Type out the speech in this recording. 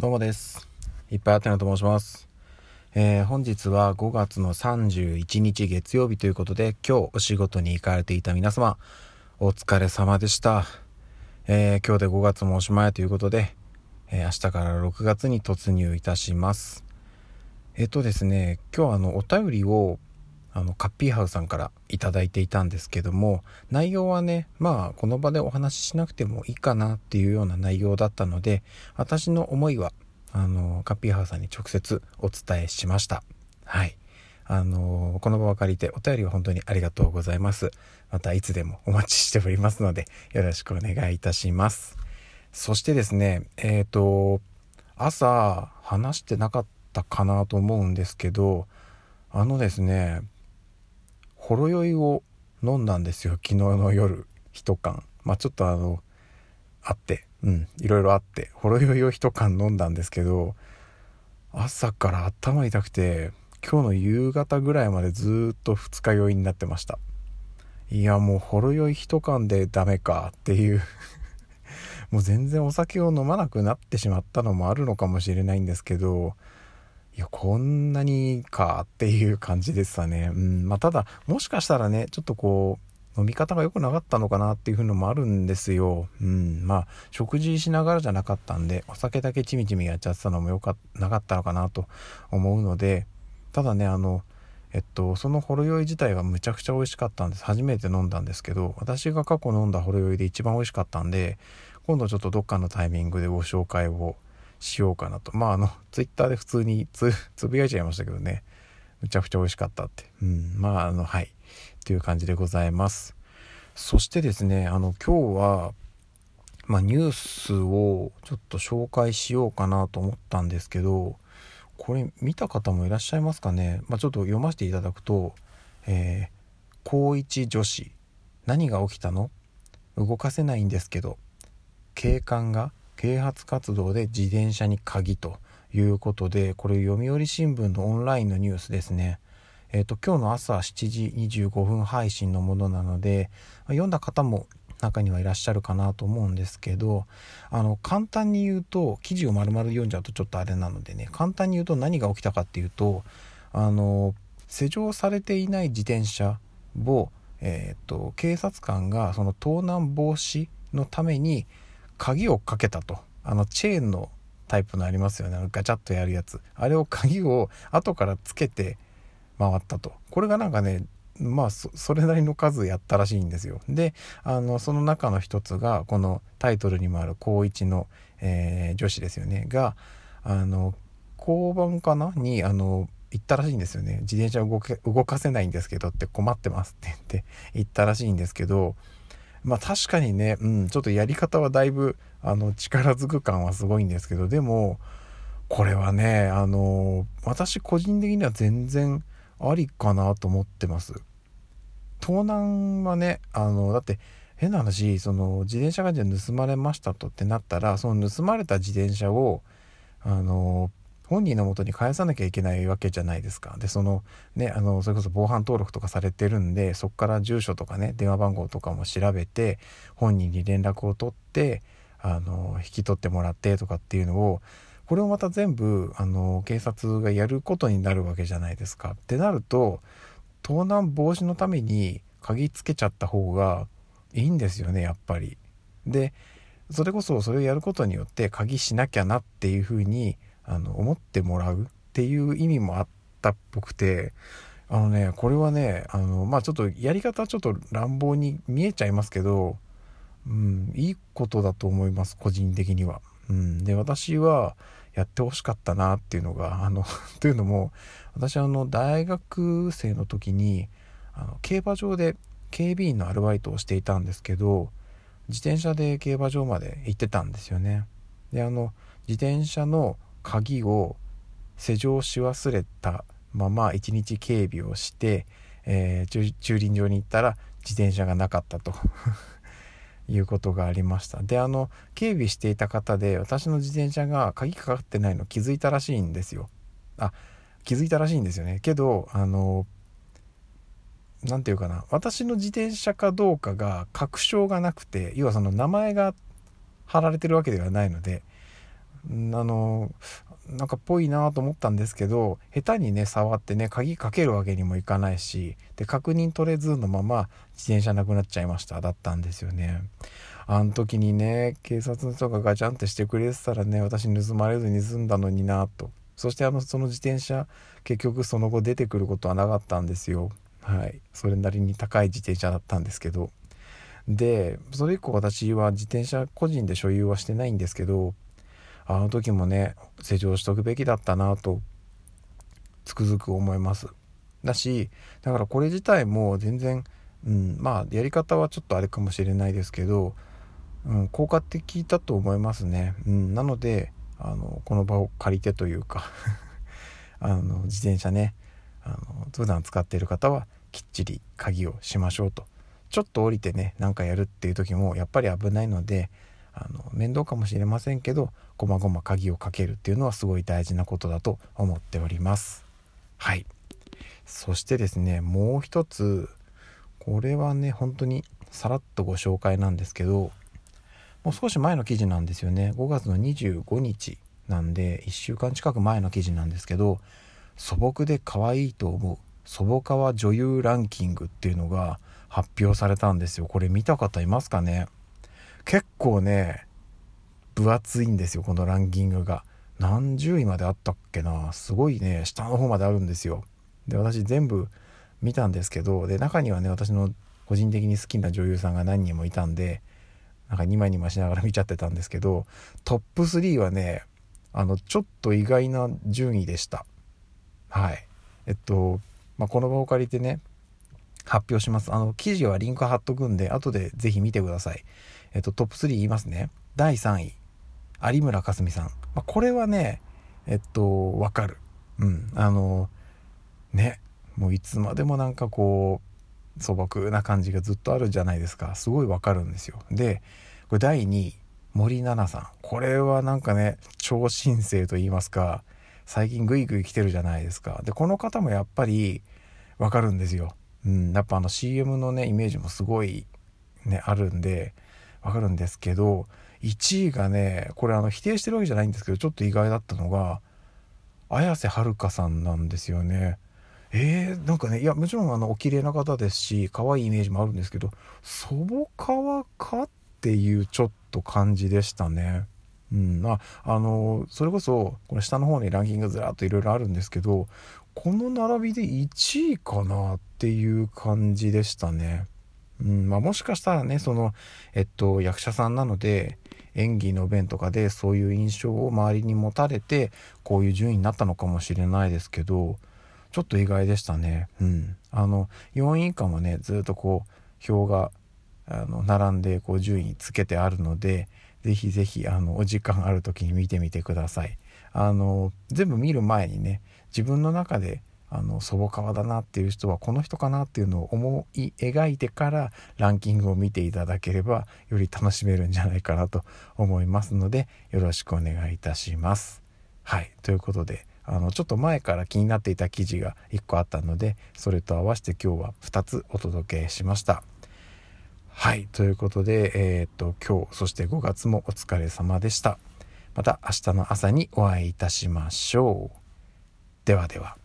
どうもです。いっぱいあってなと申します。本日は5月の31日月曜日ということで、今日お仕事に行かれていた皆様、お疲れ様でした。今日で5月もおしまいということで、明日から6月に突入いたします。ですね、今日お便りをカッピーハウさんからいただいていたんですけども、内容はね、この場でお話ししなくてもいいかなっていうような内容だったので、私の思いはカッピーハウさんに直接お伝えしました。はい。この場を借りてお便りは本当にありがとうございます。またいつでもお待ちしておりますので、よろしくお願いいたします。そしてですね、朝話してなかったかなと思うんですけど、ですね、ほろ酔いを飲んだんですよ、昨日の夜一缶。ちょっとあっていろいろあってほろ酔いを一缶飲んだんですけど、朝から頭痛くて今日の夕方ぐらいまでずっと二日酔いになってました。いや、もうほろ酔い一缶でダメかっていうもう全然お酒を飲まなくなってしまったのもあるのかもしれないんですけど、いや、こんなにかっていう感じでしたね。ただもしかしたらね、ちょっと飲み方が良くなかったのかなっていうのもあるんですよ。食事しながらじゃなかったんで、お酒だけちみちみやっちゃってたのもなかったのかなと思うので、ただね、そのほろ酔い自体はむちゃくちゃ美味しかったんです。初めて飲んだんですけど、私が過去飲んだほろ酔いで一番美味しかったんで、今度ちょっとどっかのタイミングでご紹介をしようかなと。ツイッターで普通につぶやいちゃいましたけどね、むちゃくちゃ美味しかったって。はいという感じでございます。そしてですね、今日はニュースをちょっと紹介しようかなと思ったんですけど、これ見た方もいらっしゃいますかね。ちょっと読ませていただくと、高一女子何が起きたの、動かせないんですけど警官が啓発活動で自転車に鍵ということで、これ読売新聞のオンラインのニュースですね。今日の朝7時25分配信のものなので、読んだ方も中にはいらっしゃるかなと思うんですけど、簡単に言うと、記事を丸々読んじゃうとちょっとあれなのでね、簡単に言うと何が起きたかっていうと、施錠されていない自転車を、警察官がその盗難防止のために鍵をかけたと。チェーンのタイプのありますよね、ガチャッとやるやつ、あれを鍵を後からつけて回ったと。これがなんかね、それなりの数やったらしいんですよ。で、その中の一つがこのタイトルにもある高一の、女子ですよねが、交番かなに言ったらしいんですよね。自転車を動かせないんですけどって困ってますって言ったらしいんですけど、確かにね、ちょっとやり方はだいぶ力ずく感はすごいんですけど、でもこれはね、私個人的には全然ありかなと思ってます。盗難はね、だって変な話、その自転車がじゃ盗まれましたとってなったら、その盗まれた自転車を本人の元に返さなきゃいけないわけじゃないですか。で、そのね、それこそ防犯登録とかされてるんで、そこから住所とかね、電話番号とかも調べて本人に連絡を取って引き取ってもらってとかっていうのを、これをまた全部警察がやることになるわけじゃないですか。ってなると、盗難防止のために鍵つけちゃった方がいいんですよね、やっぱり。で、それこそそれをやることによって鍵しなきゃなっていうふうに思ってもらうっていう意味もあったっぽくて、これはね、ちょっとやり方はちょっと乱暴に見えちゃいますけど、いいことだと思います、個人的には。で、私はやってほしかったなっていうのがというのも、私大学生の時に競馬場で警備員のアルバイトをしていたんですけど、自転車で競馬場まで行ってたんですよね。で、自転車の鍵を施錠し忘れたまま一日警備をして、駐輪場に行ったら自転車がなかったということがありました。で、警備していた方で、私の自転車が鍵かかってないの気づいたらしいんですよ。気づいたらしいんですよね。けどなんていうかな、私の自転車かどうかが確証がなくて、要はその名前が貼られてるわけではないので、 なんかっぽいなと思ったんですけど、下手にね触ってね鍵かけるわけにもいかないし、で確認取れずのまま自転車なくなっちゃいましただったんですよね。あの時にね警察の人がガチャンってしてくれてたらね、私盗まれずに済んだのになと。そしてその自転車結局その後出てくることはなかったんですよ。はい、それなりに高い自転車だったんですけど。でそれ以降私は自転車個人で所有はしてないんですけど、あの時もね施錠しとくべきだったなとつくづく思います。だしだからこれ自体も全然、まあやり方はちょっとあれかもしれないですけど、効果的だと思いますね。なのでこの場を借りてというか自転車ね普段使っている方はきっちり鍵をしましょうと。ちょっと降りてねなんかやるっていう時もやっぱり危ないので、面倒かもしれませんけどごまごま鍵をかけるっていうのはすごい大事なことだと思っております。はい。そしてですね、もう一つ、これはね本当にさらっとご紹介なんですけど、もう少し前の記事なんですよね。5月の25日なんで1週間近く前の記事なんですけど、素朴で可愛いと思う素朴川女優ランキングっていうのが発表されたんですよ。これ見た方いますかね。結構ね分厚いんですよ、このランキングが。何十位まであったっけな、すごいね下の方まであるんですよ。で私全部見たんですけど、で中にはね私の個人的に好きな女優さんが何人もいたんで、なんかニマニマしながら見ちゃってたんですけど、トップ3はねちょっと意外な順位でした。はい。この場を借りてね発表します。記事はリンク貼っとくんで後でぜひ見てください。トップ3言いますね。第3位有村架純さん。これはねわかる。ねもういつまでもなんかこう素朴な感じがずっとあるじゃないですか。すごいわかるんですよ。でこれ第2位森七菜さん。これはなんかね超新星と言いますか、最近グイグイ来てるじゃないですか。でこの方もやっぱりわかるんですよ。やっぱCM のねイメージもすごいねあるんでわかるんですけど、1位がねこれ否定してるわけじゃないんですけどちょっと意外だったのが綾瀬はるかさんなんですよね。なんかね、いやもちろんお綺麗な方ですし可愛いイメージもあるんですけど、素朴川かっていうちょっと感じでしたね。それこそこれ下の方にランキングずらっといろいろあるんですけど、この並びで1位かなっていう感じでしたね。もしかしたらね役者さんなので演技の弁とかでそういう印象を周りに持たれてこういう順位になったのかもしれないですけど、ちょっと意外でしたね。4位以下もねずっとこう表が並んでこう順位つけてあるので、ぜひぜひお時間ある時に見てみてください。全部見る前にね自分の中で素朴川だなっていう人はこの人かなっていうのを思い描いてからランキングを見ていただければより楽しめるんじゃないかなと思いますのでよろしくお願いいたします。はい、ということでちょっと前から気になっていた記事が1個あったのでそれと合わせて今日は2つお届けしました。はい、ということで今日そして5月もお疲れ様でした。また明日の朝にお会いいたしましょう。ではでは。